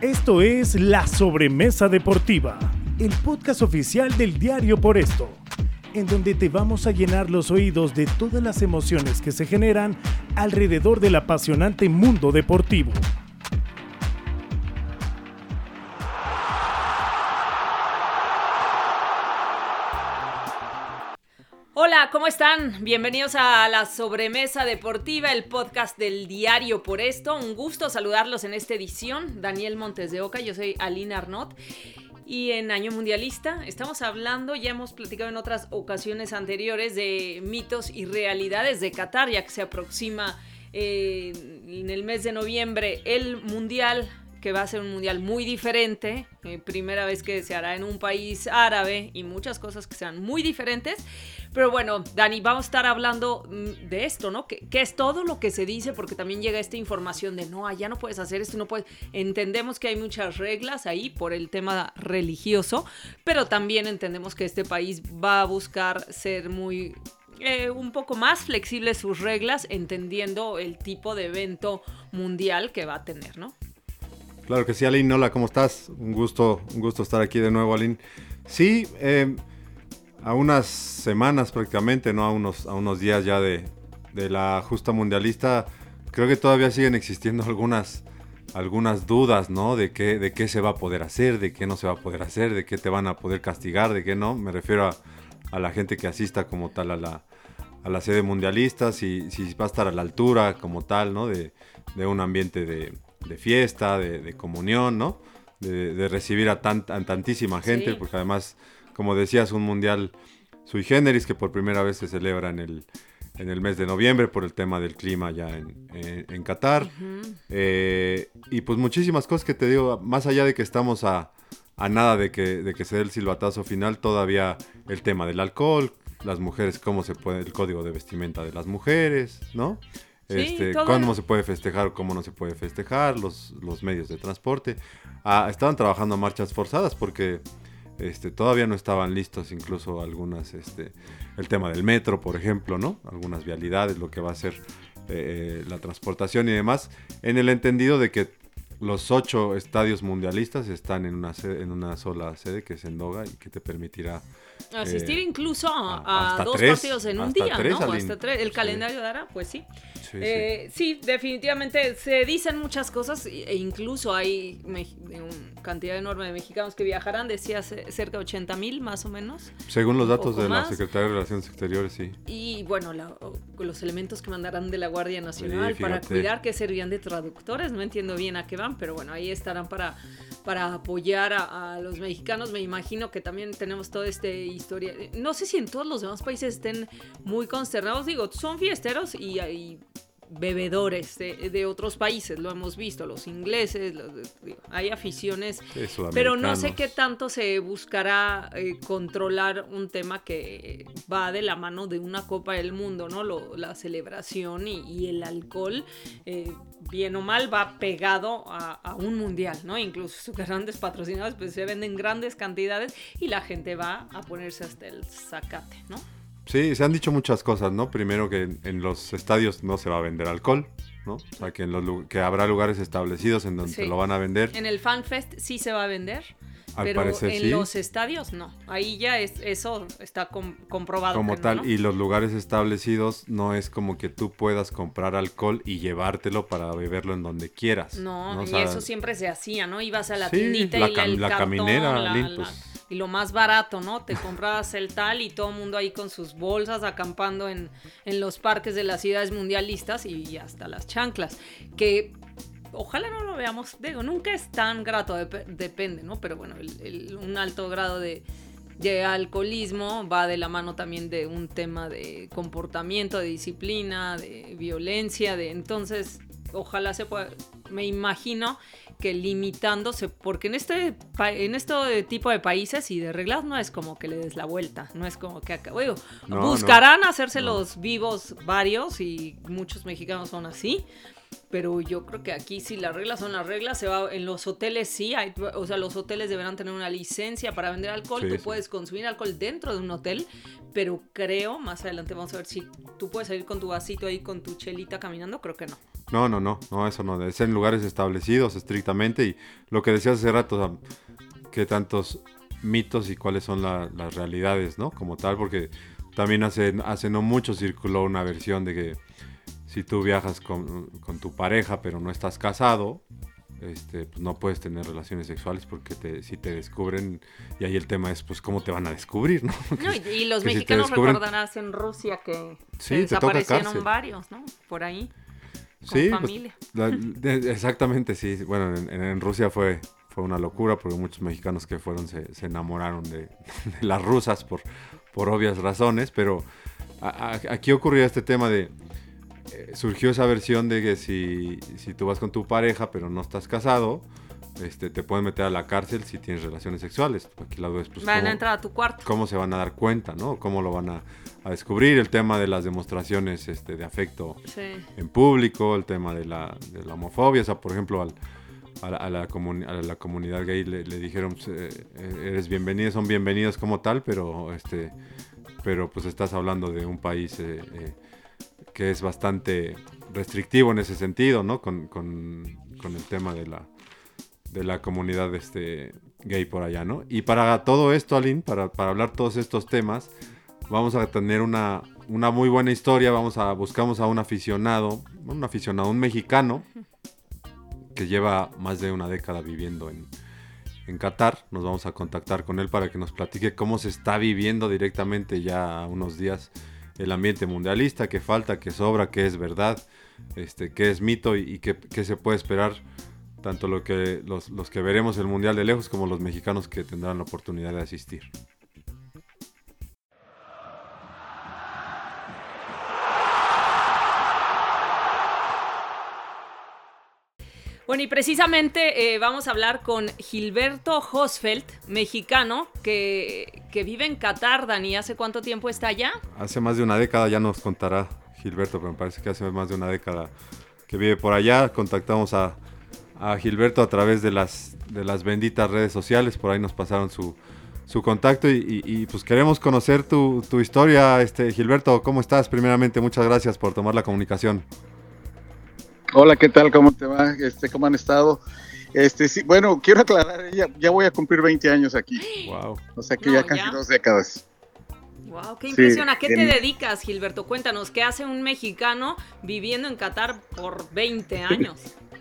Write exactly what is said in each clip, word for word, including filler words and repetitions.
Esto es La Sobremesa Deportiva, el podcast oficial del diario Por Esto, en donde te vamos a llenar los oídos de todas las emociones que se generan alrededor del apasionante mundo deportivo. Hola, ¿cómo están? Bienvenidos a La Sobremesa Deportiva, el podcast del diario Por Esto. Un gusto saludarlos en esta edición. Daniel Montes de Oca, yo soy Aline Arnott. Y en Año Mundialista estamos hablando, ya hemos platicado en otras ocasiones anteriores, de mitos y realidades de Qatar, ya que se aproxima eh, en el mes de noviembre el Mundial, que va a ser un mundial muy diferente, eh, primera vez que se hará en un país árabe y muchas cosas que sean muy diferentes. Pero bueno, Dani, vamos a estar hablando de esto, ¿no? ¿Qué, qué es todo lo que se dice? Porque también llega esta información de no, allá no puedes hacer esto, no puedes. Entendemos que hay muchas reglas ahí por el tema religioso, pero también entendemos que este país va a buscar ser muy... Eh, un poco más flexibles sus reglas, entendiendo el tipo de evento mundial que va a tener, ¿no? Claro que sí, Aline. Hola, ¿cómo estás? Un gusto, un gusto estar aquí de nuevo, Aline. Sí, eh, a unas semanas prácticamente, ¿no? A unos, a unos días ya de, de la justa mundialista, creo que todavía siguen existiendo algunas, algunas dudas, ¿no? De qué, de qué se va a poder hacer, de qué no se va a poder hacer, de qué te van a poder castigar, de qué no. Me refiero a, a la gente que asista como tal a la, a la sede mundialista, si, si va a estar a la altura como tal, ¿no? De, de un ambiente de... de fiesta, de, de comunión, ¿no? De, de recibir a, tan, a tantísima gente, sí. Porque además, como decías, un mundial sui generis que por primera vez se celebra en el, en el mes de noviembre por el tema del clima ya en, en, en Qatar. Uh-huh. Eh, y pues muchísimas cosas que te digo, más allá de que estamos a, a nada de que, de que se dé el silbatazo final, todavía el tema del alcohol, las mujeres, cómo se puede, el código de vestimenta de las mujeres, ¿no? Este, sí, cómo se puede festejar, cómo no se puede festejar, los, los medios de transporte. Ah, estaban trabajando a marchas forzadas porque este, todavía no estaban listos incluso algunas, este, el tema del metro, por ejemplo, ¿no? Algunas vialidades, lo que va a ser eh, la transportación y demás, en el entendido de que los ocho estadios mundialistas están en una, sede, en una sola sede, que es en Doha, y que te permitirá asistir eh, incluso a, a dos tres, partidos en un día, tres, ¿no? Hasta tres. El sí. Calendario dará, pues sí. Sí, eh, sí. sí, definitivamente se dicen muchas cosas e incluso hay me, una cantidad enorme de mexicanos que viajarán, decía cerca de ochenta mil más o menos. Según los datos de más. La Secretaría de Relaciones Exteriores, sí. Y bueno, la, los elementos que mandarán de la Guardia Nacional sí, para cuidar, que servían de traductores, no entiendo bien a qué van, pero bueno, ahí estarán para, para apoyar a, a los mexicanos. Me imagino que también tenemos toda esta historia. No sé si en todos los demás países estén muy consternados, digo, son fiesteros y hay bebedores de, de otros países, lo hemos visto, los ingleses, los, digo, hay aficiones, pero no sé qué tanto se buscará eh, controlar un tema que va de la mano de una Copa del Mundo, ¿no? Lo, la celebración y, y el alcohol, eh, bien o mal, va pegado a, a un mundial, ¿no? Incluso sus grandes patrocinadores pues se venden grandes cantidades y la gente va a ponerse hasta el zacate, ¿no? Sí, se han dicho muchas cosas, ¿no? Primero que en, en los estadios no se va a vender alcohol, ¿no? O sea, que, en los, que habrá lugares establecidos en donde sí. lo van a vender. En el FanFest sí se va a vender, Al pero parecer, en sí. los estadios no. Ahí ya es, eso está com- comprobado. Como no, tal, ¿no? Y los lugares establecidos no es como que tú puedas comprar alcohol y llevártelo para beberlo en donde quieras. No, ¿no? O y sea, eso siempre se hacía, ¿no? Ibas a la sí, tiendita la y cam- el la cartón, caminera, la, Lin, la, pues. y lo más barato, ¿no? Te comprabas el tal y todo el mundo ahí con sus bolsas acampando en, en los parques de las ciudades mundialistas y hasta las chanclas, que ojalá no lo veamos, digo, nunca es tan grato, dep- depende, ¿no? Pero bueno, el, el, un alto grado de, de alcoholismo va de la mano también de un tema de comportamiento, de disciplina, de violencia, de entonces ojalá se pueda, me imagino que limitándose, porque en este en este tipo de países y de reglas no es como que le des la vuelta, no es como que acá, bueno, no, buscarán no, hacérselos no. vivos varios y muchos mexicanos son así, pero yo creo que aquí sí las reglas son las reglas, se va en los hoteles sí, hay, o sea, los hoteles deberán tener una licencia para vender alcohol, sí, tú sí. puedes consumir alcohol dentro de un hotel, pero creo, más adelante vamos a ver si tú puedes salir con tu vasito ahí con tu chelita caminando, creo que no. No, no, no, no, eso no, es en lugares establecidos estrictamente, y lo que decías hace rato, o sea, qué tantos mitos y cuáles son la, las realidades, ¿no? Como tal, porque también hace, hace no mucho circuló una versión de que si tú viajas con, con tu pareja pero no estás casado, este, pues no puedes tener relaciones sexuales porque te, si te descubren, y ahí el tema es pues cómo te van a descubrir, ¿no? No, y, y los que mexicanos si descubren... recordarás en Rusia que sí, se desaparecieron cárcel. varios, ¿no? Por ahí, con sí, familia. Pues, la, de, exactamente, sí. Bueno, en, en Rusia fue, fue una locura porque muchos mexicanos que fueron se, se enamoraron de, de las rusas por, por obvias razones, pero a, a, aquí ocurría este tema de... Eh, surgió esa versión de que si, si tú vas con tu pareja pero no estás casado, este, te pueden meter a la cárcel si tienes relaciones sexuales. Aquí la duda es, pues, van cómo, a entrar a tu cuarto. ¿Cómo se van a dar cuenta, no? ¿Cómo lo van a, a descubrir? El tema de las demostraciones este, de afecto sí. en público, el tema de la, de la homofobia. O sea, por ejemplo, al, a, la, a, la comuni- a la comunidad gay le, le dijeron, pues, eh, eres bienvenido, son bienvenidos como tal, pero, este, pero pues estás hablando de un país... Eh, eh, que es bastante restrictivo en ese sentido, ¿no? Con, con, con el tema de la, de la comunidad este, gay por allá, ¿no? Y para todo esto, Aline, para, para hablar todos estos temas, vamos a tener una, una muy buena historia. Vamos a buscamos a un aficionado, un aficionado, un mexicano que lleva más de una década viviendo en, en Qatar. Nos vamos a contactar con él para que nos platique cómo se está viviendo directamente ya unos días el ambiente mundialista, qué falta, qué sobra, qué es verdad, este, qué es mito, y, y qué, qué se puede esperar, tanto lo que, los, los que veremos el mundial de lejos como los mexicanos que tendrán la oportunidad de asistir. Bueno, y precisamente eh, vamos a hablar con Gilberto Hosfeld, mexicano, que, que vive en Qatar. Dani, ¿hace cuánto tiempo está allá? Hace más de una década, ya nos contará Gilberto, pero me parece que hace más de una década que vive por allá. Contactamos a, a Gilberto a través de las, de las benditas redes sociales, por ahí nos pasaron su, su contacto y, y, y pues queremos conocer tu, tu historia. Este, Gilberto, ¿cómo estás? Primeramente, muchas gracias por tomar la comunicación. Hola, ¿qué tal? ¿Cómo te va? Este, ¿cómo han estado? Este, sí, bueno, quiero aclarar, ya, ya voy a cumplir veinte años aquí. Wow. O sea que No, ya casi ya. dos décadas. Wow, qué impresión. Sí, ¿A qué en... te dedicas, Gilberto? Cuéntanos, ¿qué hace un mexicano viviendo en Qatar por veinte años?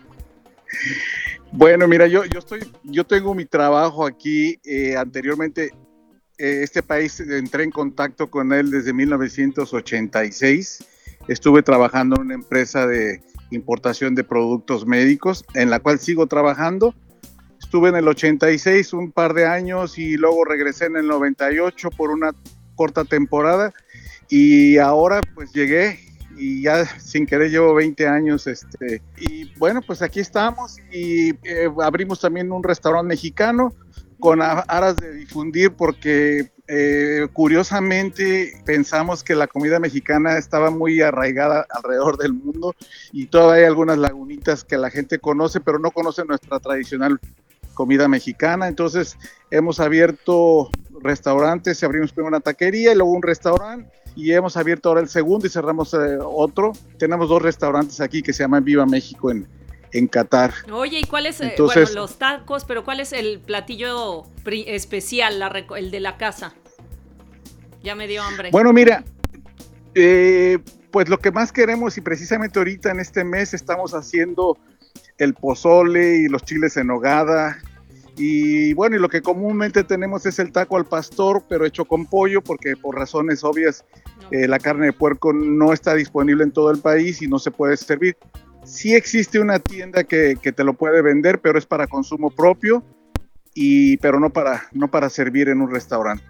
Bueno, mira, yo, yo estoy, yo tengo mi trabajo aquí. Eh, anteriormente, eh, este país entré en contacto con él desde mil novecientos ochenta y seis. Estuve trabajando en una empresa de importación de productos médicos, en la cual sigo trabajando. Estuve en el ochenta y seis un par de años y luego regresé en el noventa y ocho por una corta temporada, y ahora pues llegué y ya sin querer llevo veinte años, este, y bueno, pues aquí estamos y eh, abrimos también un restaurante mexicano con aras de difundir, porque eh, curiosamente pensamos que la comida mexicana estaba muy arraigada alrededor del mundo y todavía hay algunas lagunitas que la gente conoce, pero no conoce nuestra tradicional comida mexicana. Entonces hemos abierto restaurantes, abrimos primero una taquería y luego un restaurante, y hemos abierto ahora el segundo y cerramos eh, otro. Tenemos dos restaurantes aquí que se llaman Viva México en en Qatar. Oye, ¿y cuál es, Entonces, bueno, los tacos, pero cuál es el platillo pri- especial, la, el de la casa? Ya me dio hambre. Bueno, mira, eh, pues lo que más queremos, y precisamente ahorita en este mes estamos haciendo el pozole y los chiles en nogada, y bueno, y lo que comúnmente tenemos es el taco al pastor, pero hecho con pollo, porque por razones obvias No. eh, la carne de puerco no está disponible en todo el país y no se puede servir. Sí existe una tienda que, que te lo puede vender, pero es para consumo propio, y, pero no para, no para servir en un restaurante.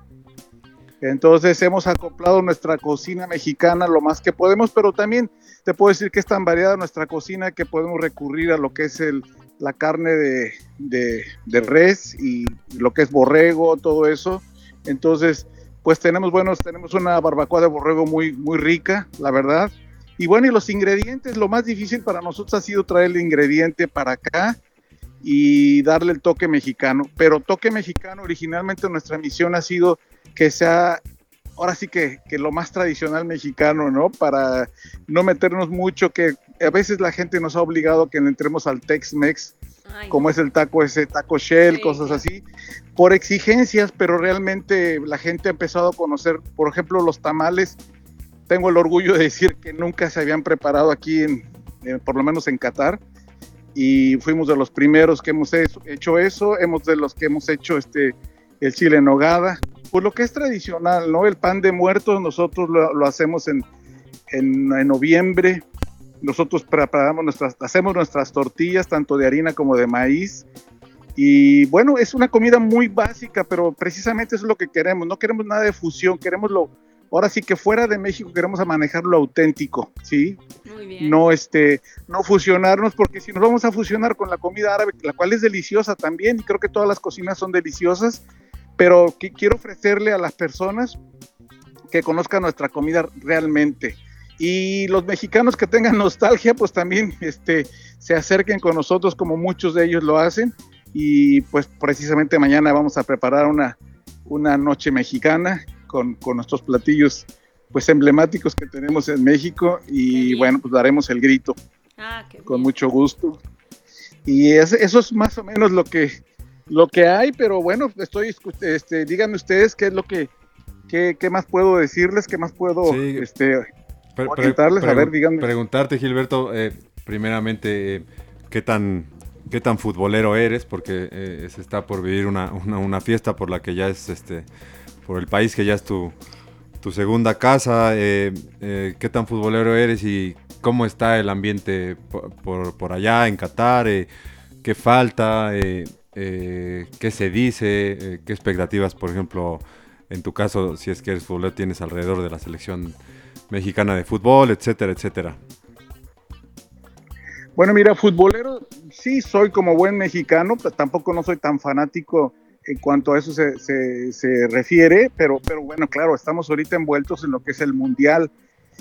Entonces hemos acoplado nuestra cocina mexicana lo más que podemos, pero también te puedo decir que es tan variada nuestra cocina que podemos recurrir a lo que es el, la carne de, de, de res y lo que es borrego, todo eso. Entonces, pues tenemos, bueno, tenemos una barbacoa de borrego muy, muy rica, la verdad. Y bueno, y los ingredientes, lo más difícil para nosotros ha sido traer el ingrediente para acá y darle el toque mexicano. Pero toque mexicano, originalmente nuestra misión ha sido que sea, ahora sí que, que lo más tradicional mexicano, ¿no? Para no meternos mucho, que a veces la gente nos ha obligado a que entremos al Tex-Mex, Ay, como no. es el taco ese, taco Shell, Sí, cosas claro. así, por exigencias, pero realmente la gente ha empezado a conocer, por ejemplo, los tamales. Tengo el orgullo de decir que nunca se habían preparado aquí, en, en, por lo menos en Qatar, y fuimos de los primeros que hemos hecho eso, hemos de los que hemos hecho este, el chile en nogada, pues lo que es tradicional, ¿no? El pan de muertos nosotros lo, lo hacemos en, en, en noviembre. Nosotros preparamos nuestras, hacemos nuestras tortillas, tanto de harina como de maíz. Y bueno, es una comida muy básica, pero precisamente eso es lo que queremos. No queremos nada de fusión, queremos lo, ahora sí que fuera de México queremos manejar lo auténtico, ¿sí? Muy bien. No, este, no fusionarnos, porque si nos vamos a fusionar con la comida árabe, la cual es deliciosa también, y creo que todas las cocinas son deliciosas, pero que quiero ofrecerle a las personas que conozcan nuestra comida realmente. Y los mexicanos que tengan nostalgia, pues también este, se acerquen con nosotros como muchos de ellos lo hacen. Y pues precisamente mañana vamos a preparar una, una noche mexicana con, con nuestros platillos pues emblemáticos que tenemos en México. Y bueno, pues daremos el grito ah, qué con bien. mucho gusto. Y es, eso es más o menos lo que, lo que hay, pero bueno, estoy, este, díganme ustedes qué es lo que, qué, qué más puedo decirles, qué más puedo... Sí. este Pre- pre- orientarles, a ver, díganme. Preguntarte, Gilberto, eh, primeramente, eh, ¿qué tan qué tan futbolero eres? Porque eh, se está por vivir una, una, una fiesta por la que ya es, este, por el país que ya es tu, tu segunda casa. Eh, eh, ¿Qué tan futbolero eres y cómo está el ambiente por, por, por allá en Qatar? Eh, ¿Qué falta? Eh, eh, ¿Qué se dice? Eh, ¿Qué expectativas, por ejemplo, en tu caso, si es que eres futbolero, tienes alrededor de la selección mexicana de fútbol, etcétera, etcétera? Bueno, mira, futbolero, sí soy como buen mexicano, pues tampoco no soy tan fanático en cuanto a eso se, se, se refiere, pero, pero bueno, claro, estamos ahorita envueltos en lo que es el Mundial.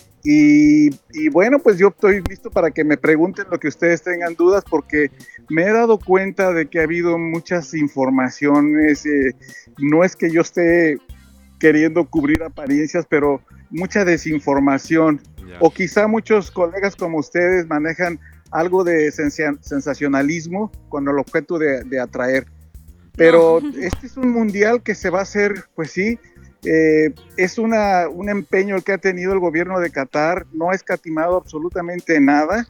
Y, y bueno, pues yo estoy listo para que me pregunten lo que ustedes tengan dudas, porque me he dado cuenta de que ha habido muchas informaciones, eh, no es que yo esté queriendo cubrir apariencias, pero mucha desinformación, yeah. O quizá muchos colegas como ustedes manejan algo de sensacionalismo con el objeto de, de atraer, pero no. Este es un mundial que se va a hacer, pues sí, eh, es una, un empeño el que ha tenido el gobierno de Qatar, no ha escatimado absolutamente nada,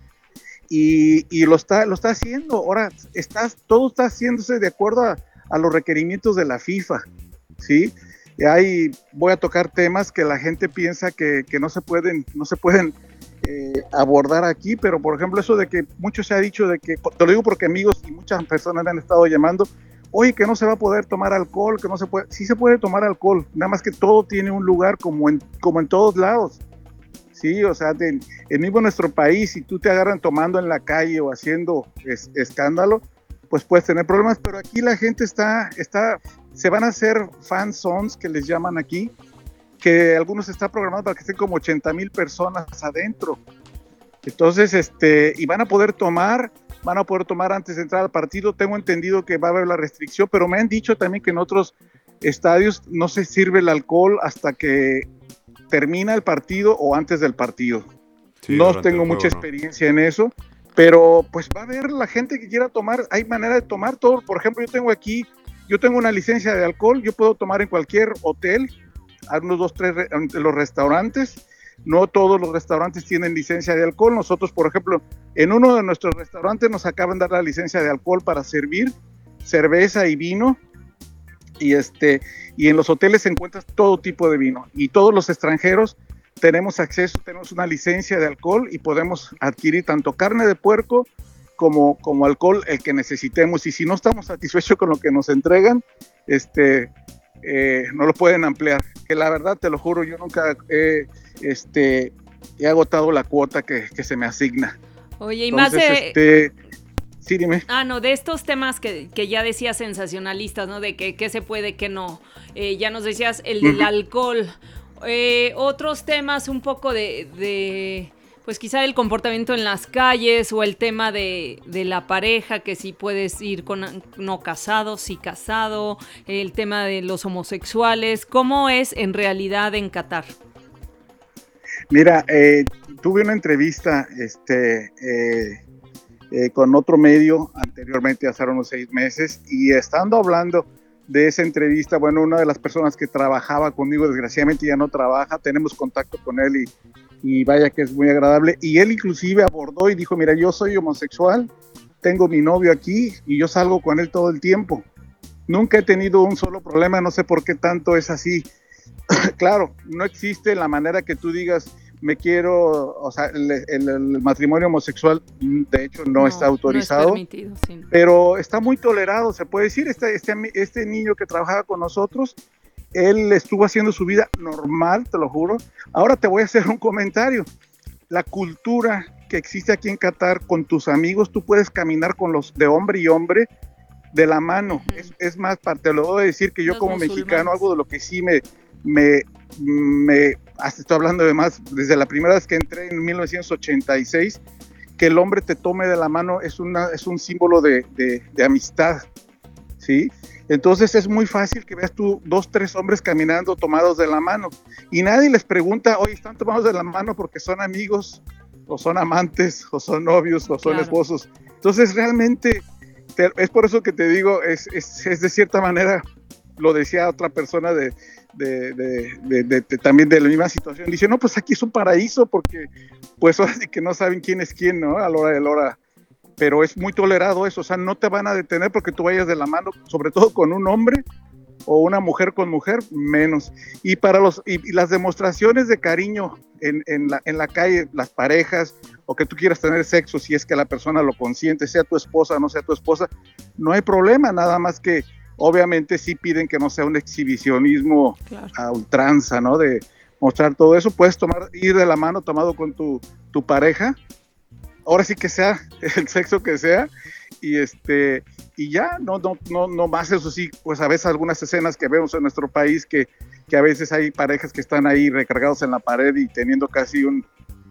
y, y lo, está, lo está haciendo, ahora está, todo está haciéndose de acuerdo a, a los requerimientos de la FIFA, ¿sí? Hay, voy a tocar temas que la gente piensa que, que no se pueden, no se pueden eh, abordar aquí, pero por ejemplo eso de que mucho se ha dicho de que, te lo digo porque amigos y muchas personas me han estado llamando, oye, que no se va a poder tomar alcohol, que no se puede, sí se puede tomar alcohol, nada más que todo tiene un lugar como en, como en todos lados, sí, o sea, de, en mismo nuestro país, si tú te agarran tomando en la calle o haciendo es, escándalo, pues puedes tener problemas, pero aquí la gente está, está, se van a hacer fan zones que les llaman aquí, que algunos están programados para que estén como ochenta mil personas adentro. Entonces, este, y van a poder tomar, van a poder tomar antes de entrar al partido. Tengo entendido que va a haber la restricción, pero me han dicho también que en otros estadios no se sirve el alcohol hasta que termina el partido o antes del partido. Sí, no tengo mucha juego, experiencia ¿no? en eso. Pero pues va a haber la gente que quiera tomar, hay manera de tomar todo. Por ejemplo, yo tengo aquí, yo tengo una licencia de alcohol, yo puedo tomar en cualquier hotel, a unos dos, tres, de los restaurantes. No todos los restaurantes tienen licencia de alcohol. Nosotros, por ejemplo, en uno de nuestros restaurantes nos acaban de dar la licencia de alcohol para servir cerveza y vino. Y, este, y en los hoteles se encuentra todo tipo de vino. Y todos los extranjeros tenemos acceso, tenemos una licencia de alcohol y podemos adquirir tanto carne de puerco como, como alcohol el que necesitemos. Y si no estamos satisfechos con lo que nos entregan, este, eh, no lo pueden ampliar. Que la verdad, te lo juro, yo nunca he, este, he agotado la cuota que, que se me asigna. Oye, y Entonces, más de... Este, sí, dime. Ah, no, de estos temas que, que ya decías sensacionalistas, ¿no? De que, que se puede, que no. Eh, ya nos decías el del uh-huh. alcohol. Eh, otros temas un poco de, de, pues quizá el comportamiento en las calles o el tema de, de la pareja, que si puedes ir con no casado, sí casado, el tema de los homosexuales. ¿Cómo es en realidad en Qatar? Mira, eh, tuve una entrevista este, eh, eh, con otro medio anteriormente, hace unos seis meses, y estando hablando de esa entrevista, bueno, una de las personas que trabajaba conmigo, desgraciadamente ya no trabaja, tenemos contacto con él y, y vaya que es muy agradable, y él inclusive abordó y dijo, mira, yo soy homosexual, tengo mi novio aquí y yo salgo con él todo el tiempo. Nunca he tenido un solo problema, no sé por qué tanto es así. Claro, no existe la manera que tú digas, me quiero, o sea, el, el, el matrimonio homosexual, de hecho, no, no está autorizado, no es permitido, sí. Pero está muy tolerado, se puede decir. Este, este, este niño que trabajaba con nosotros, él estuvo haciendo su vida normal, te lo juro. Ahora te voy a hacer un comentario. La cultura que existe aquí en Qatar con tus amigos, tú puedes caminar con los de hombre y hombre de la mano. Uh-huh. es, es más, te lo voy a decir que yo los como musulmanes. Mexicano, algo de lo que sí me, me, me, hasta estoy hablando de más, desde la primera vez que entré en mil novecientos ochenta y seis, que el hombre te tome de la mano es, una, es un símbolo de, de, de amistad, ¿sí? Entonces es muy fácil que veas tú dos, tres hombres caminando tomados de la mano y nadie les pregunta, oye, ¿están tomados de la mano porque son amigos o son amantes o son novios o son claro. esposos? Entonces realmente te, es por eso que te digo, es, es, es de cierta manera, lo decía otra persona de, de, de, de, de, de también de la misma situación, dice, no, pues aquí es un paraíso porque pues ahora sí que no saben quién es quién, ¿no? A la hora de la hora. Pero es muy tolerado eso, o sea, no te van a detener porque tú vayas de la mano, sobre todo con un hombre o una mujer con mujer, menos. Y para los y, y las demostraciones de cariño en, en, la, en la calle, las parejas, o que tú quieras tener sexo, si es que la persona lo consiente, sea tu esposa o no sea tu esposa, no hay problema, nada más que obviamente sí piden que no sea un exhibicionismo claro. a ultranza, ¿no? De mostrar todo eso, puedes tomar, ir de la mano tomado con tu, tu pareja, ahora sí que sea el sexo que sea, y este y ya, no, no, no, no más. Eso sí, pues a veces algunas escenas que vemos en nuestro país que, que a veces hay parejas que están ahí recargados en la pared y teniendo casi un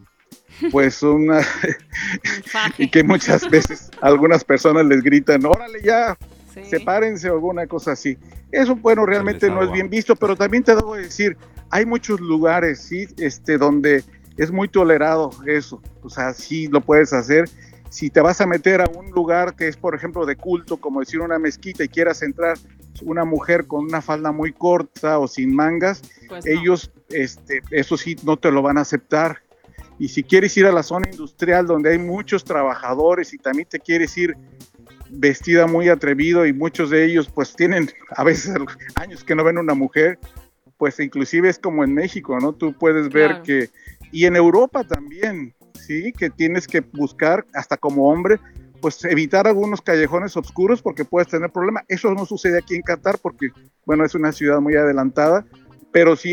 pues una y que muchas veces algunas personas les gritan, órale ya, sí. sepárense o alguna cosa así. Eso, bueno, realmente no es bien visto, pero también te debo decir, hay muchos lugares, sí, este, donde es muy tolerado eso, o sea, sí lo puedes hacer. Si te vas a meter a un lugar que es, por ejemplo, de culto, como decir una mezquita, y quieras entrar una mujer con una falda muy corta o sin mangas, pues no. ellos, este, eso sí, no te lo van a aceptar. Y si quieres ir a la zona industrial donde hay muchos trabajadores y también te quieres ir vestida muy atrevido y muchos de ellos pues tienen a veces años que no ven una mujer, pues inclusive es como en México, ¿no? Tú puedes ver claro. que, y en Europa también, sí, que tienes que buscar hasta como hombre, pues evitar algunos callejones oscuros porque puedes tener problemas. Eso no sucede aquí en Qatar porque, bueno, es una ciudad muy adelantada, pero sí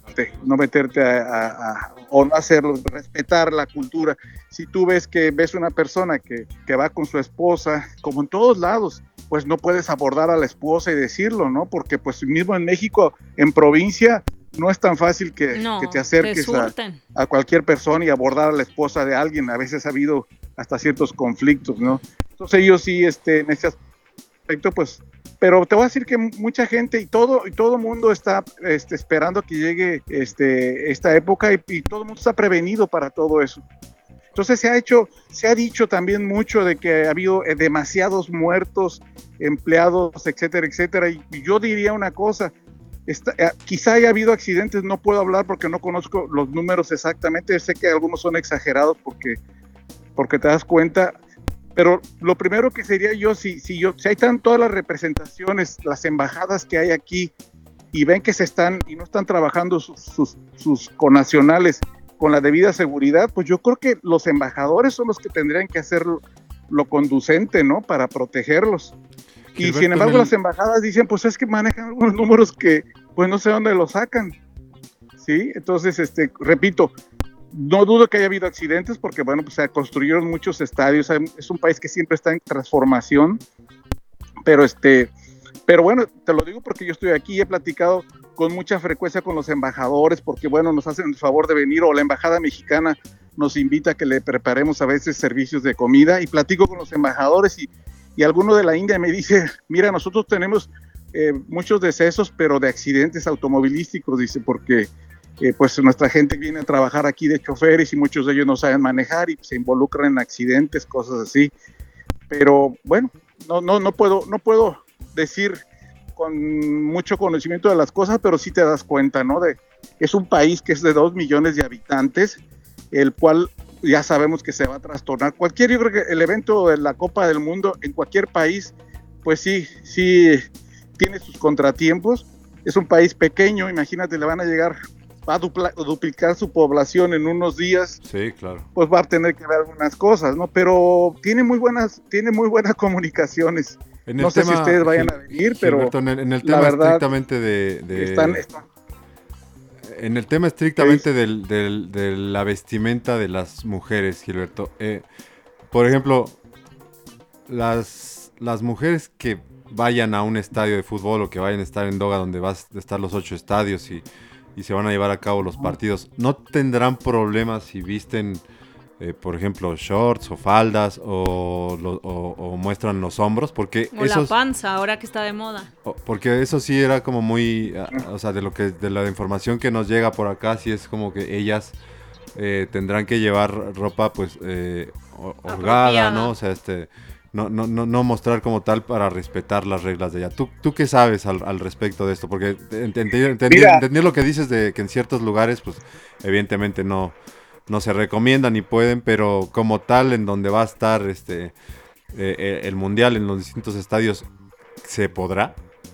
no meterte a, a, a o no hacerlo, respetar la cultura. Si tú ves que ves una persona que, que va con su esposa, como en todos lados, pues no puedes abordar a la esposa y decirlo, ¿no? Porque pues mismo en México, en provincia, no es tan fácil que, no, que te acerques te a, a cualquier persona y abordar a la esposa de alguien. A veces ha habido hasta ciertos conflictos, ¿no? Entonces ellos sí, este, en ese aspecto, pues, pero te voy a decir que mucha gente y todo y todo mundo está este, esperando que llegue este, esta época y, y todo el mundo está prevenido para todo eso. Entonces se ha hecho, se ha dicho también mucho de que ha habido demasiados muertos, empleados, etcétera, etcétera. Y, y yo diría una cosa, Está, eh, quizá haya habido accidentes, no puedo hablar porque no conozco los números exactamente, sé que algunos son exagerados porque, porque te das cuenta, pero lo primero que sería yo, si, si, yo, si hay tan todas las representaciones, las embajadas que hay aquí, y ven que se están y no están trabajando sus, sus, sus connacionales con la debida seguridad, pues yo creo que los embajadores son los que tendrían que hacer lo, lo conducente, ¿no? Para protegerlos. Y Gilberto, sin embargo, las embajadas dicen, pues es que manejan algunos números que, pues no sé dónde los sacan, ¿sí? Entonces, este, repito, no dudo que haya habido accidentes porque, bueno, pues se construyeron muchos estadios, es un país que siempre está en transformación, pero este, pero bueno, te lo digo porque yo estoy aquí y he platicado con mucha frecuencia con los embajadores porque, bueno, nos hacen el favor de venir, o la embajada mexicana nos invita a que le preparemos a veces servicios de comida, y platico con los embajadores y Y alguno de la India me dice, mira, nosotros tenemos eh, muchos decesos, pero de accidentes automovilísticos, dice, porque eh, pues nuestra gente viene a trabajar aquí de choferes y muchos de ellos no saben manejar y se involucran en accidentes, cosas así. Pero bueno, no, no, no puedo, no puedo decir con mucho conocimiento de las cosas, pero sí te das cuenta, ¿no? De, es un país que es de dos millones de habitantes, el cual ya sabemos que se va a trastornar. Cualquier, yo creo que el evento de la Copa del Mundo en cualquier país, pues sí, sí tiene sus contratiempos. Es un país pequeño, imagínate, le van a llegar, va a dupla, duplicar su población en unos días. Sí, claro. Pues va a tener que ver algunas cosas, ¿no? Pero tiene muy buenas, tiene muy buenas comunicaciones. No sé tema, si ustedes vayan Gil, a venir, pero Gilberto, en, el, en el tema verdad, estrictamente de, de están, están. En el tema estrictamente del, del, de la vestimenta de las mujeres, Gilberto. Eh, por ejemplo, las, las mujeres que vayan a un estadio de fútbol o que vayan a estar en Doha, donde vas a estar los ocho estadios y, y se van a llevar a cabo los partidos, ¿no tendrán problemas si visten, eh, por ejemplo, shorts o faldas o, lo, o, o muestran los hombros? Porque o esos, la panza, ahora que está de moda. Porque eso sí era como muy, o sea, de lo que de la información que nos llega por acá, sí es como que ellas eh, tendrán que llevar ropa pues eh, holgada, ¿no? O sea, este... No, no, no, no mostrar como tal para respetar las reglas de allá. ¿Tú, tú qué sabes al, al respecto de esto? Porque entendí, entendí, entendí lo que dices de que en ciertos lugares, pues, evidentemente no, no se recomienda ni pueden, pero como tal, en donde va a estar este eh, el Mundial, en los distintos estadios, ¿se podrá?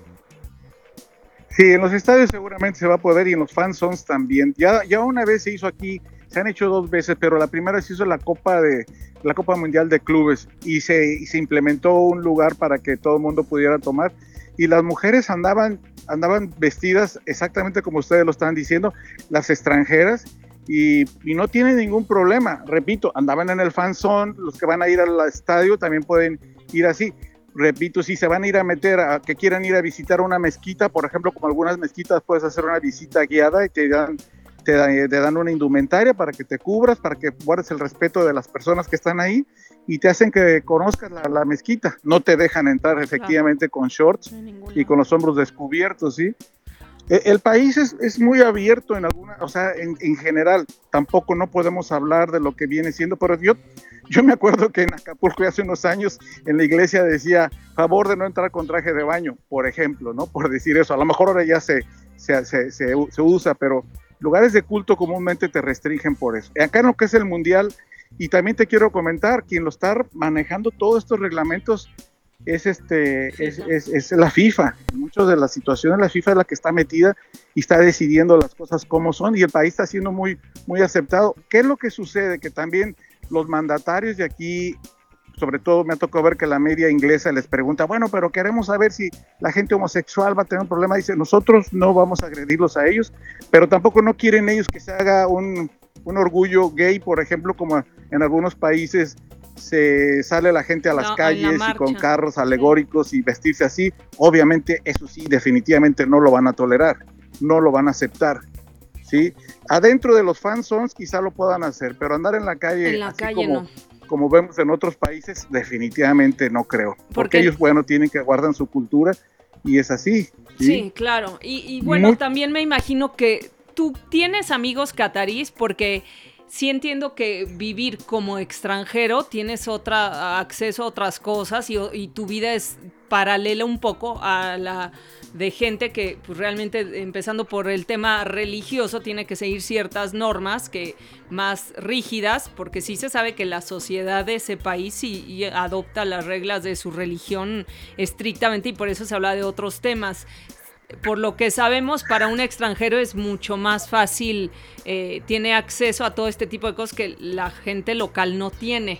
Sí, en los estadios seguramente se va a poder y en los fan zones también. Ya, ya una vez se hizo aquí, se han hecho dos veces, pero la primera se hizo la Copa de la Copa Mundial de Clubes y se, y se implementó un lugar para que todo el mundo pudiera tomar y las mujeres andaban, andaban vestidas exactamente como ustedes lo están diciendo, las extranjeras, y, y no tienen ningún problema. Repito, andaban en el fan zone, los que van a ir al estadio también pueden ir así. Repito, si se van a ir a meter, a que quieran ir a visitar una mezquita, por ejemplo, como algunas mezquitas, puedes hacer una visita guiada y te dan, te dan, te dan una indumentaria para que te cubras, para que guardes el respeto de las personas que están ahí y te hacen que conozcas la, la mezquita. No te dejan entrar efectivamente con shorts y con los hombros descubiertos, ¿sí? El país es, es muy abierto en alguna, o sea, en, en general, tampoco no podemos hablar de lo que viene siendo, pero yo, yo me acuerdo que en Acapulco hace unos años en la iglesia decía, favor de no entrar con traje de baño, por ejemplo, ¿no? Por decir eso, a lo mejor ahora ya se, se, se, se, se usa, pero lugares de culto comúnmente te restringen por eso. Acá en lo que es el Mundial, y también te quiero comentar, quien lo está manejando todos estos reglamentos es este es, es, es la FIFA. En muchas de las situaciones la FIFA es la que está metida y está decidiendo las cosas como son y el país está siendo muy, muy aceptado. ¿Qué es lo que sucede? Que también los mandatarios de aquí, sobre todo me ha tocado ver que la media inglesa les pregunta, bueno, pero queremos saber si la gente homosexual va a tener un problema. Dice, nosotros no vamos a agredirlos a ellos, pero tampoco no quieren ellos que se haga un, un orgullo gay, por ejemplo, como en algunos países se sale la gente a las no, calles y con carros alegóricos sí. Y vestirse así. Obviamente eso sí, definitivamente no lo van a tolerar, no lo van a aceptar, ¿sí? Adentro de los fan zones quizá lo puedan hacer, pero andar en la calle, en la así calle como, no. como vemos en otros países, definitivamente no creo, porque ellos, bueno, tienen que guardar su cultura y es así. Sí, sí claro, y, y bueno, Muy... también me imagino que tú tienes amigos catarís, porque sí entiendo que vivir como extranjero tienes otra acceso a otras cosas y, y tu vida es paralela un poco a la de gente que pues, realmente, empezando por el tema religioso, tiene que seguir ciertas normas que más rígidas, porque sí se sabe que la sociedad de ese país sí adopta las reglas de su religión estrictamente y por eso se habla de otros temas. Por lo que sabemos, para un extranjero es mucho más fácil, eh, tiene acceso a todo este tipo de cosas que la gente local no tiene.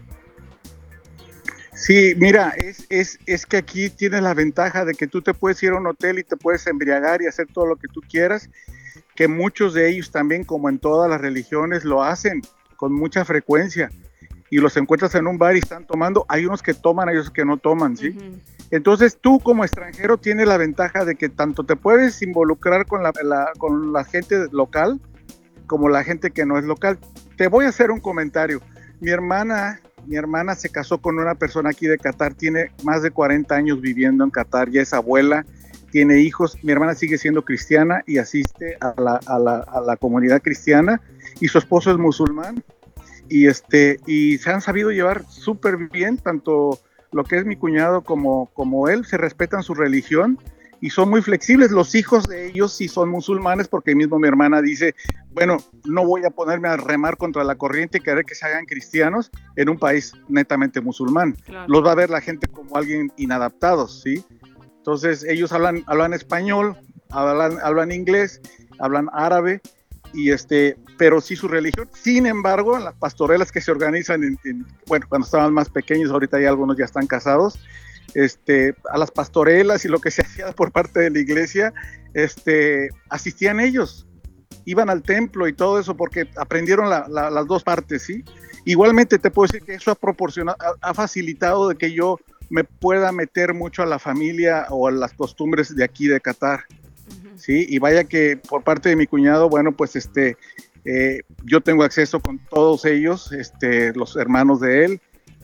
Sí, mira, es, es, es que aquí tienes la ventaja de que tú te puedes ir a un hotel y te puedes embriagar y hacer todo lo que tú quieras, que muchos de ellos también, como en todas las religiones, lo hacen con mucha frecuencia y los encuentras en un bar y están tomando, hay unos que toman, hay otros que no toman, ¿sí? Uh-huh. Entonces tú como extranjero tienes la ventaja de que tanto te puedes involucrar con la, la, con la gente local como la gente que no es local. Te voy a hacer un comentario. Mi hermana, mi hermana se casó con una persona aquí de Qatar, tiene más de cuarenta años viviendo en Qatar, ya es abuela, tiene hijos. Mi hermana sigue siendo cristiana y asiste a la, a la, a la comunidad cristiana, y su esposo es musulmán, y, este, y se han sabido llevar súper bien, tanto lo que es mi cuñado como, como él, se respetan su religión y son muy flexibles. Los hijos de ellos sí son musulmanes, porque mismo mi hermana dice, bueno, no voy a ponerme a remar contra la corriente y querer que se hagan cristianos en un país netamente musulmán. Claro. Los va a ver la gente como alguien inadaptados, ¿sí? Entonces ellos hablan, hablan español, hablan, hablan inglés, hablan árabe, y este, pero sí su religión. Sin embargo, en las pastorelas que se organizan, en, en, bueno, cuando estaban más pequeños, ahorita ya algunos ya están casados, este, a las pastorelas y lo que se hacía por parte de la iglesia, este, asistían ellos, iban al templo y todo eso, porque aprendieron la, la, las dos partes, ¿sí? Igualmente te puedo decir que eso ha proporcionado, ha, ha facilitado de que yo me pueda meter mucho a la familia o a las costumbres de aquí de Qatar, uh-huh. ¿sí? Y vaya que por parte de mi cuñado, bueno, pues este, eh, yo tengo acceso con todos ellos, este, los hermanos de él,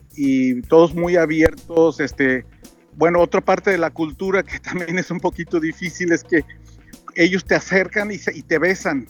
y todos muy abiertos. Este, bueno, otra parte de la cultura que también es un poquito difícil es que ellos te acercan y, se, y te besan,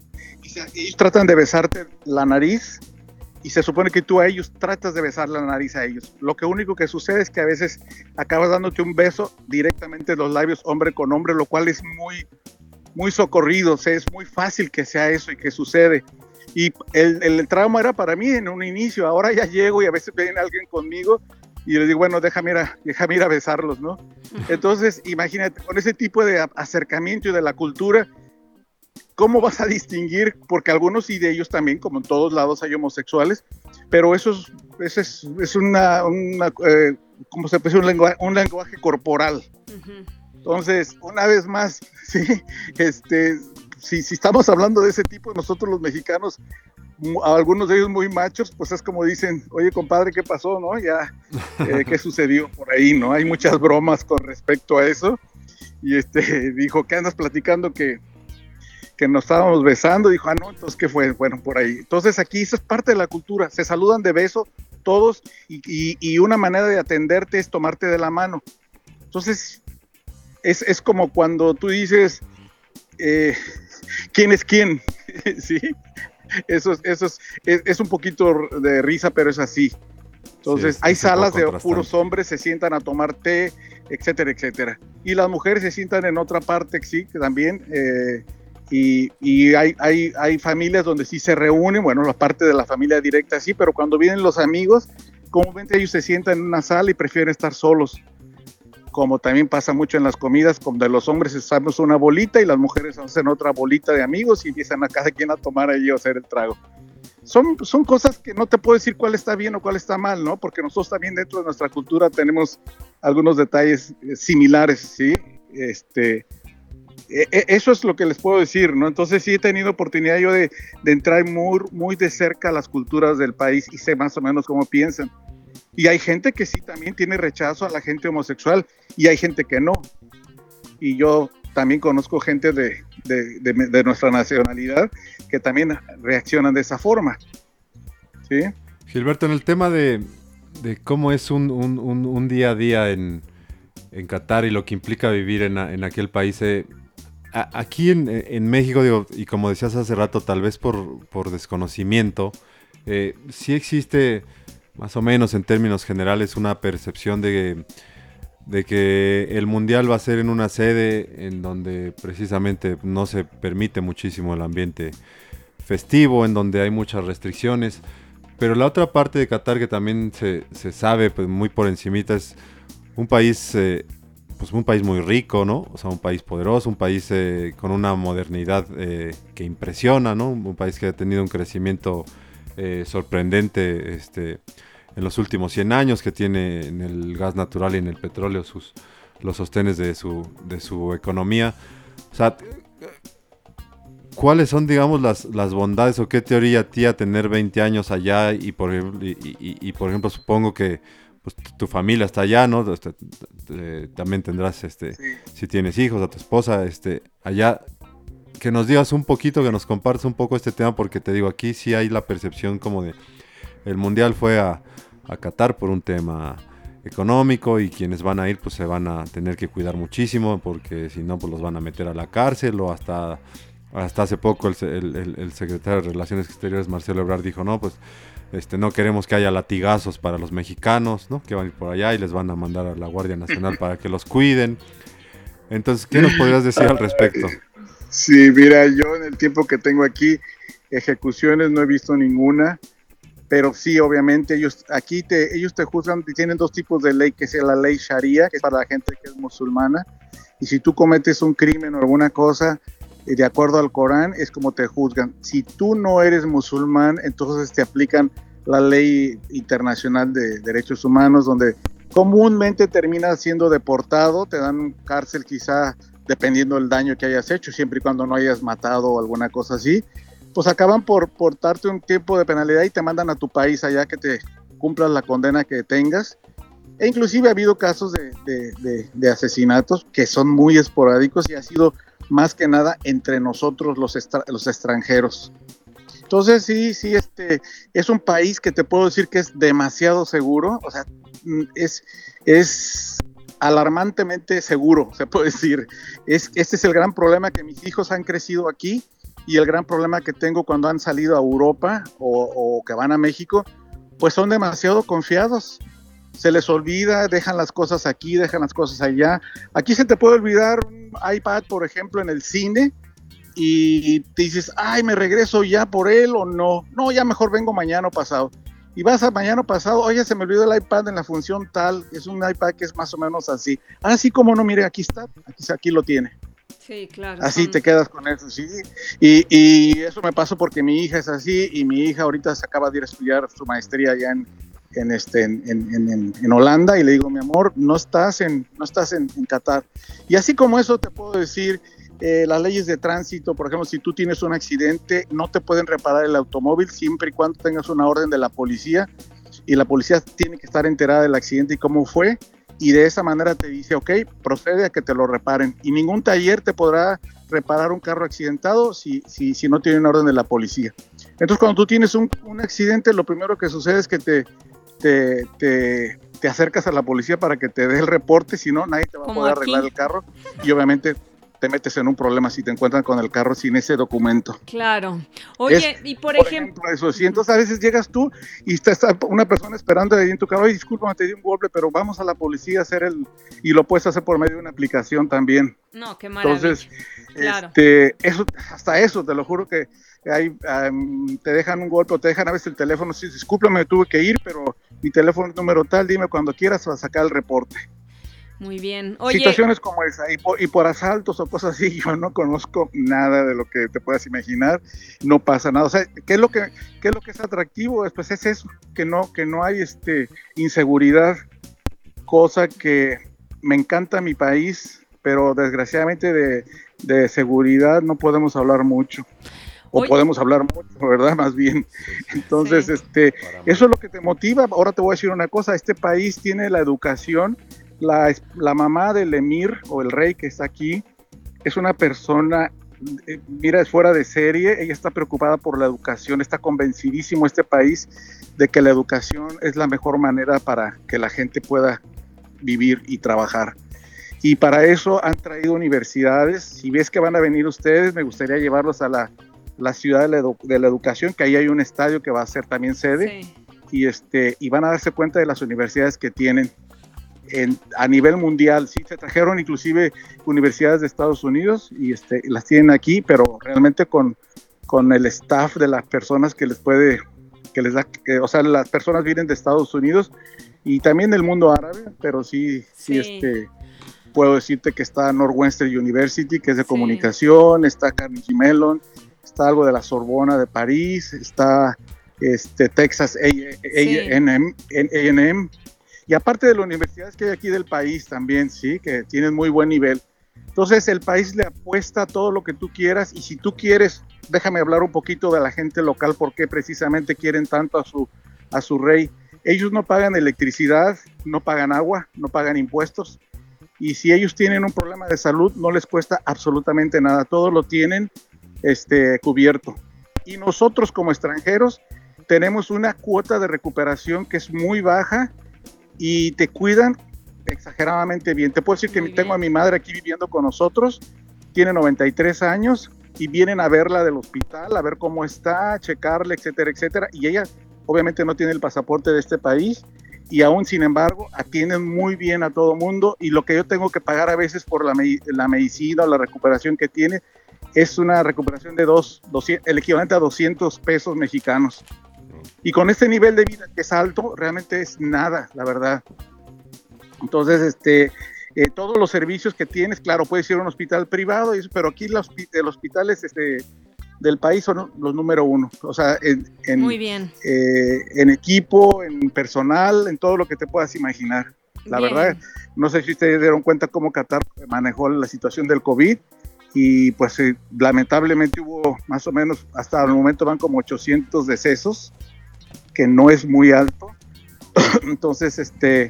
y se, ellos tratan de besarte la nariz, y se supone que tú a ellos tratas de besar la nariz a ellos. Lo que único que sucede es que a veces acabas dándote un beso directamente en los labios, hombre con hombre, lo cual es muy, muy socorrido. O sea, es muy fácil que sea eso y que sucede. Y el, el trauma era para mí en un inicio. Ahora ya llego y a veces viene alguien conmigo y les digo, bueno, déjame ir a, déjame ir a besarlos, ¿no? Entonces, imagínate, con ese tipo de acercamiento y de la cultura, ¿cómo vas a distinguir? Porque algunos y de ellos también, como en todos lados, hay homosexuales, pero eso es, eso es, es una, una eh, ¿cómo se puede decir? Un lenguaje, un lenguaje corporal. Uh-huh. Entonces, una vez más, sí, este, si, si estamos hablando de ese tipo, nosotros los mexicanos, algunos de ellos muy machos, pues es como dicen, oye, compadre, ¿qué pasó, no? Ya, eh, ¿qué sucedió por ahí, no? Hay muchas bromas con respecto a eso, y este, dijo, ¿qué andas platicando que que nos estábamos besando? Dijo, ah, no, entonces, ¿qué fue? Bueno, por ahí. Entonces, aquí eso es parte de la cultura, se saludan de beso todos, y, y, y una manera de atenderte es tomarte de la mano. Entonces, es, es como cuando tú dices, eh, ¿quién es quién? ¿Sí? Eso, es, eso es, es, es un poquito de risa, pero es así. Entonces, sí, hay salas de puros hombres, se sientan a tomar té, etcétera, etcétera. Y las mujeres se sientan en otra parte, sí, que también... Eh, Y, y hay, hay, hay familias donde sí se reúnen, bueno, la parte de la familia directa sí, pero cuando vienen los amigos, comúnmente ellos se sientan en una sala y prefieren estar solos, como también pasa mucho en las comidas, donde los hombres hacemos una bolita y las mujeres hacen otra bolita de amigos y empiezan a cada quien a tomar allí o hacer el trago. Son, son cosas que no te puedo decir cuál está bien o cuál está mal, ¿no? Porque nosotros también dentro de nuestra cultura tenemos algunos detalles similares, ¿sí? Este... Eso es lo que les puedo decir, ¿no? Entonces sí he tenido oportunidad yo de, de entrar muy, muy de cerca a las culturas del país y sé más o menos cómo piensan. Y hay gente que sí también tiene rechazo a la gente homosexual y hay gente que no. Y yo también conozco gente de, de, de, de nuestra nacionalidad que también reaccionan de esa forma. ¿Sí? Gilberto, en el tema de, de cómo es un, un, un, un día a día en, en Qatar y lo que implica vivir en, en aquel país... Eh, Aquí en, en México, digo, y como decías hace rato, tal vez por, por desconocimiento, eh, sí existe, más o menos en términos generales, una percepción de, de que el Mundial va a ser en una sede en donde precisamente no se permite muchísimo el ambiente festivo, en donde hay muchas restricciones. Pero la otra parte de Qatar que también se, se sabe pues, muy por encimita es un país... Eh, pues un país muy rico, ¿no? O sea, un país poderoso, un país eh, con una modernidad eh, que impresiona, ¿no? Un país que ha tenido un crecimiento eh, sorprendente este, en los últimos cien años, que tiene en el gas natural y en el petróleo sus, los sostenes de su, de su economía. O sea, ¿cuáles son, digamos, las, las bondades o qué teoría a ti a tener veinte años allá y, por, y, y, y, por ejemplo, supongo que pues tu familia está allá, ¿no? Este, eh, también tendrás, este, sí. Si tienes hijos, a tu esposa, este, allá, que nos digas un poquito, que nos compartas un poco este tema, porque te digo, aquí sí hay la percepción como de, el Mundial fue a, a Qatar por un tema económico, y quienes van a ir pues se van a tener que cuidar muchísimo, porque si no pues los van a meter a la cárcel, o hasta, hasta hace poco el, el, el secretario de Relaciones Exteriores, Marcelo Ebrard, dijo, no, pues este, no queremos que haya latigazos para los mexicanos, ¿no? Que van a ir por allá y les van a mandar a la Guardia Nacional para que los cuiden. Entonces, ¿qué nos podrías decir al respecto? Sí, mira, yo en el tiempo que tengo aquí, ejecuciones no he visto ninguna, pero sí, obviamente, ellos aquí te, ellos te juzgan, tienen dos tipos de ley, que es la ley Sharia, que es para la gente que es musulmana, y si tú cometes un crimen o alguna cosa, de acuerdo al Corán, es como te juzgan. Si tú no eres musulmán, entonces te aplican la ley internacional de derechos humanos, donde comúnmente terminas siendo deportado, te dan cárcel quizá dependiendo del daño que hayas hecho, siempre y cuando no hayas matado o alguna cosa así, pues acaban por, por darte un tiempo de penalidad y te mandan a tu país allá que te cumplas la condena que tengas. E inclusive ha habido casos de, de, de, de asesinatos que son muy esporádicos y ha sido más que nada entre nosotros los, extra, los extranjeros. Entonces sí, sí, este, es un país que te puedo decir que es demasiado seguro, o sea, es, es alarmantemente seguro, se puede decir. Es, este es el gran problema, que mis hijos han crecido aquí, y el gran problema que tengo cuando han salido a Europa o, o que van a México, pues son demasiado confiados. Se les olvida, dejan las cosas aquí, dejan las cosas allá. Aquí se te puede olvidar un iPad, por ejemplo, en el cine, y te dices, ay, me regreso ya por él o no. No, ya mejor vengo mañana o pasado. Y vas a mañana o pasado, oye, se me olvidó el iPad en la función tal, es un iPad que es más o menos así. Ah, sí, cómo no, mire, aquí está, aquí, aquí lo tiene. Sí, claro. Así son... te quedas con eso, sí. Y, y eso me pasó porque mi hija es así, y mi hija ahorita se acaba de ir a estudiar su maestría allá en En, este, en, en, en, en Holanda, y le digo, mi amor, no estás en, no estás en, en Qatar. Y así como eso te puedo decir, eh, las leyes de tránsito, por ejemplo, si tú tienes un accidente, no te pueden reparar el automóvil siempre y cuando tengas una orden de la policía, y la policía tiene que estar enterada del accidente y cómo fue, y de esa manera te dice, ok, procede a que te lo reparen. Y ningún taller te podrá reparar un carro accidentado si, si, si no tiene una orden de la policía. Entonces, cuando tú tienes un, un accidente, lo primero que sucede es que te Te, te, te acercas a la policía para que te dé el reporte, si no, nadie te va a poder arreglar el carro, y obviamente te metes en un problema si te encuentran con el carro sin ese documento. Claro. Oye, es, y por, por ejemplo... ejemplo eso, si entonces a veces llegas tú y está, está una persona esperando ahí en tu carro, oye, discúlpame, te di un golpe, pero vamos a la policía a hacer el... Y lo puedes hacer por medio de una aplicación también. No, qué maravilla. Entonces, claro. este, eso, hasta eso, te lo juro que hay, um, te dejan un golpe o te dejan a veces el teléfono, sí, discúlpame, tuve que ir, pero mi teléfono es número tal, dime cuando quieras para sacar el reporte. Muy bien. Oye, situaciones como esa, y por, y por asaltos o cosas así, yo no conozco nada de lo que te puedas imaginar, no pasa nada. O sea, ¿qué es lo que, qué es lo que es atractivo? Pues es eso, que no, que no hay este inseguridad, cosa que me encanta mi país, pero desgraciadamente de, de seguridad no podemos hablar mucho. O Oye. podemos hablar mucho, ¿verdad? Más bien. Entonces, sí. este, eso es lo que te motiva. Ahora te voy a decir una cosa, este país tiene la educación. La, la mamá del emir o el rey que está aquí es una persona, eh, mira, es fuera de serie. Ella está preocupada por la educación, está convencidísimo este país de que la educación es la mejor manera para que la gente pueda vivir y trabajar. Y para eso han traído universidades. Si ves que van a venir ustedes, me gustaría llevarlos a la, la ciudad de la, edu- de la educación, que ahí hay un estadio que va a ser también sede, sí. y, este, y van a darse cuenta de las universidades que tienen. En, a nivel mundial, sí, se trajeron inclusive universidades de Estados Unidos y este, las tienen aquí, pero realmente con, con el staff de las personas que les puede, que les da, que, o sea, las personas vienen de Estados Unidos y también del mundo árabe, pero sí, sí, sí este, puedo decirte que está Northwestern University, que es de sí. comunicación, está Carnegie Mellon, está algo de la Sorbona de París, está este, Texas A and M, sí. Y aparte de las universidades que hay aquí del país también, sí, que tienen muy buen nivel. Entonces el país le apuesta a todo lo que tú quieras, y si tú quieres, déjame hablar un poquito de la gente local, porque precisamente quieren tanto a su, a su rey. Ellos no pagan electricidad, no pagan agua, no pagan impuestos, y si ellos tienen un problema de salud, no les cuesta absolutamente nada, todo lo tienen este, cubierto. Y nosotros como extranjeros tenemos una cuota de recuperación que es muy baja, y te cuidan exageradamente bien. Te puedo decir que Muy tengo bien. a mi madre aquí viviendo con nosotros, tiene noventa y tres años y vienen a verla del hospital, a ver cómo está, checarle, etcétera, etcétera. Y ella obviamente no tiene el pasaporte de este país y aún sin embargo atienden muy bien a todo mundo, y lo que yo tengo que pagar a veces por la, me- la medicina o la recuperación que tiene es una recuperación de dos, doscientos, el equivalente a doscientos pesos mexicanos. Y con este nivel de vida que es alto, realmente es nada, la verdad. Entonces, este, eh, todos los servicios que tienes, claro, puedes ir a un hospital privado, y eso, pero aquí los, los hospitales este, del país son los número uno. O sea, en, en, Muy bien. eh, en equipo, en personal, en todo lo que te puedas imaginar. La Bien. verdad, no sé si ustedes dieron cuenta cómo Qatar manejó la situación del COVID, y pues eh, lamentablemente hubo más o menos, hasta el momento van como ochocientos decesos, que no es muy alto. Entonces, este,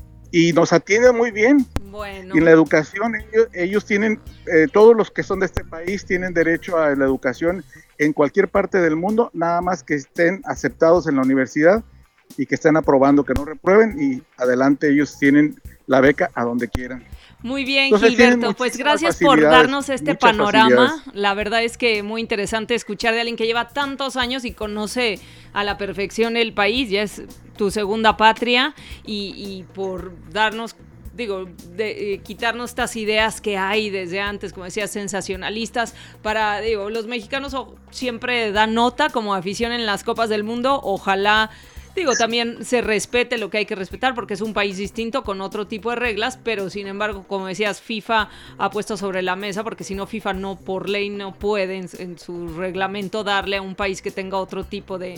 y nos atienden muy bien. Bueno. Y en la educación, ellos, ellos tienen, eh, todos los que son de este país tienen derecho a la educación en cualquier parte del mundo, nada más que estén aceptados en la universidad y que estén aprobando, que no reprueben, y adelante ellos tienen la beca a donde quieran. Muy bien, Entonces, tienen Gilberto, pues muchísimas gracias por facilidades, darnos este muchas panorama. facilidades. La verdad es que muy interesante escuchar de alguien que lleva tantos años y conoce a la perfección el país, ya es tu segunda patria, y, y por darnos, digo, de, eh, quitarnos estas ideas que hay desde antes, como decía, sensacionalistas, para, digo, los mexicanos o- siempre dan nota como afición en las Copas del Mundo, ojalá... Digo, también se respete lo que hay que respetar porque es un país distinto con otro tipo de reglas, pero sin embargo, como decías, FIFA ha puesto sobre la mesa, porque si no, FIFA no, por ley no puede en, en su reglamento darle a un país que tenga otro tipo de,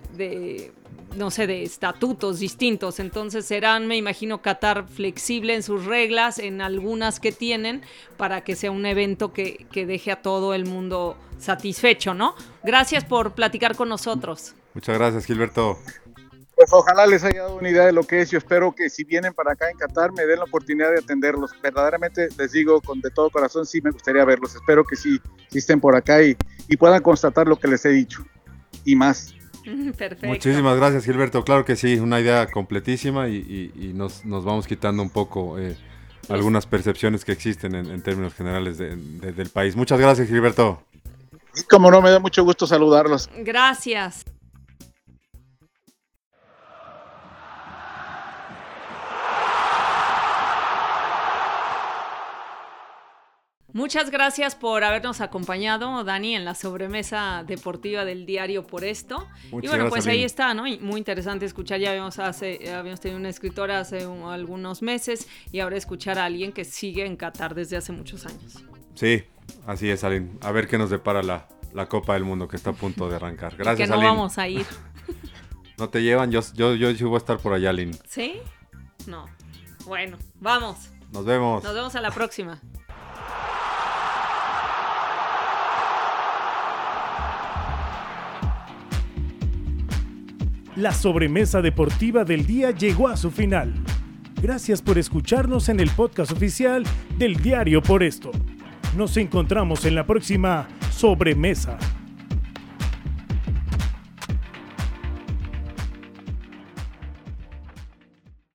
de, no sé, de estatutos distintos. Entonces serán, me imagino, Qatar flexible en sus reglas, en algunas que tienen, para que sea un evento que, que deje a todo el mundo satisfecho, ¿no? Gracias por platicar con nosotros. Muchas gracias, Gilberto. Pues ojalá les haya dado una idea de lo que es. Yo espero que si vienen para acá en Qatar me den la oportunidad de atenderlos. Verdaderamente les digo con de todo corazón, sí me gustaría verlos. Espero que sí, sí estén por acá y, y puedan constatar lo que les he dicho y más. Perfecto. Muchísimas gracias, Gilberto. Claro que sí, una idea completísima, y, y, y nos, nos vamos quitando un poco eh, algunas percepciones que existen en, en términos generales de, de, del país. Muchas gracias, Gilberto. Y como no, me da mucho gusto saludarlos. Gracias. Muchas gracias por habernos acompañado, Dani, en la sobremesa deportiva del Diario Por Esto. Muchas y bueno, gracias, pues ahí Lin. está, ¿no? Y muy interesante escuchar. Ya habíamos, hace, habíamos tenido una escritora hace un, algunos meses, y ahora escuchar a alguien que sigue en Qatar desde hace muchos años. Sí, así es, Aline. A ver qué nos depara la, la Copa del Mundo que está a punto de arrancar. Y Gracias, que no Aline. vamos a ir. ¿No te llevan? Yo, yo, yo sí voy a estar por allá, Aline. ¿Sí? No. Bueno, vamos. Nos vemos. Nos vemos a la próxima. La sobremesa deportiva del día llegó a su final. Gracias por escucharnos en el podcast oficial del Diario Por Esto. Nos encontramos en la próxima sobremesa.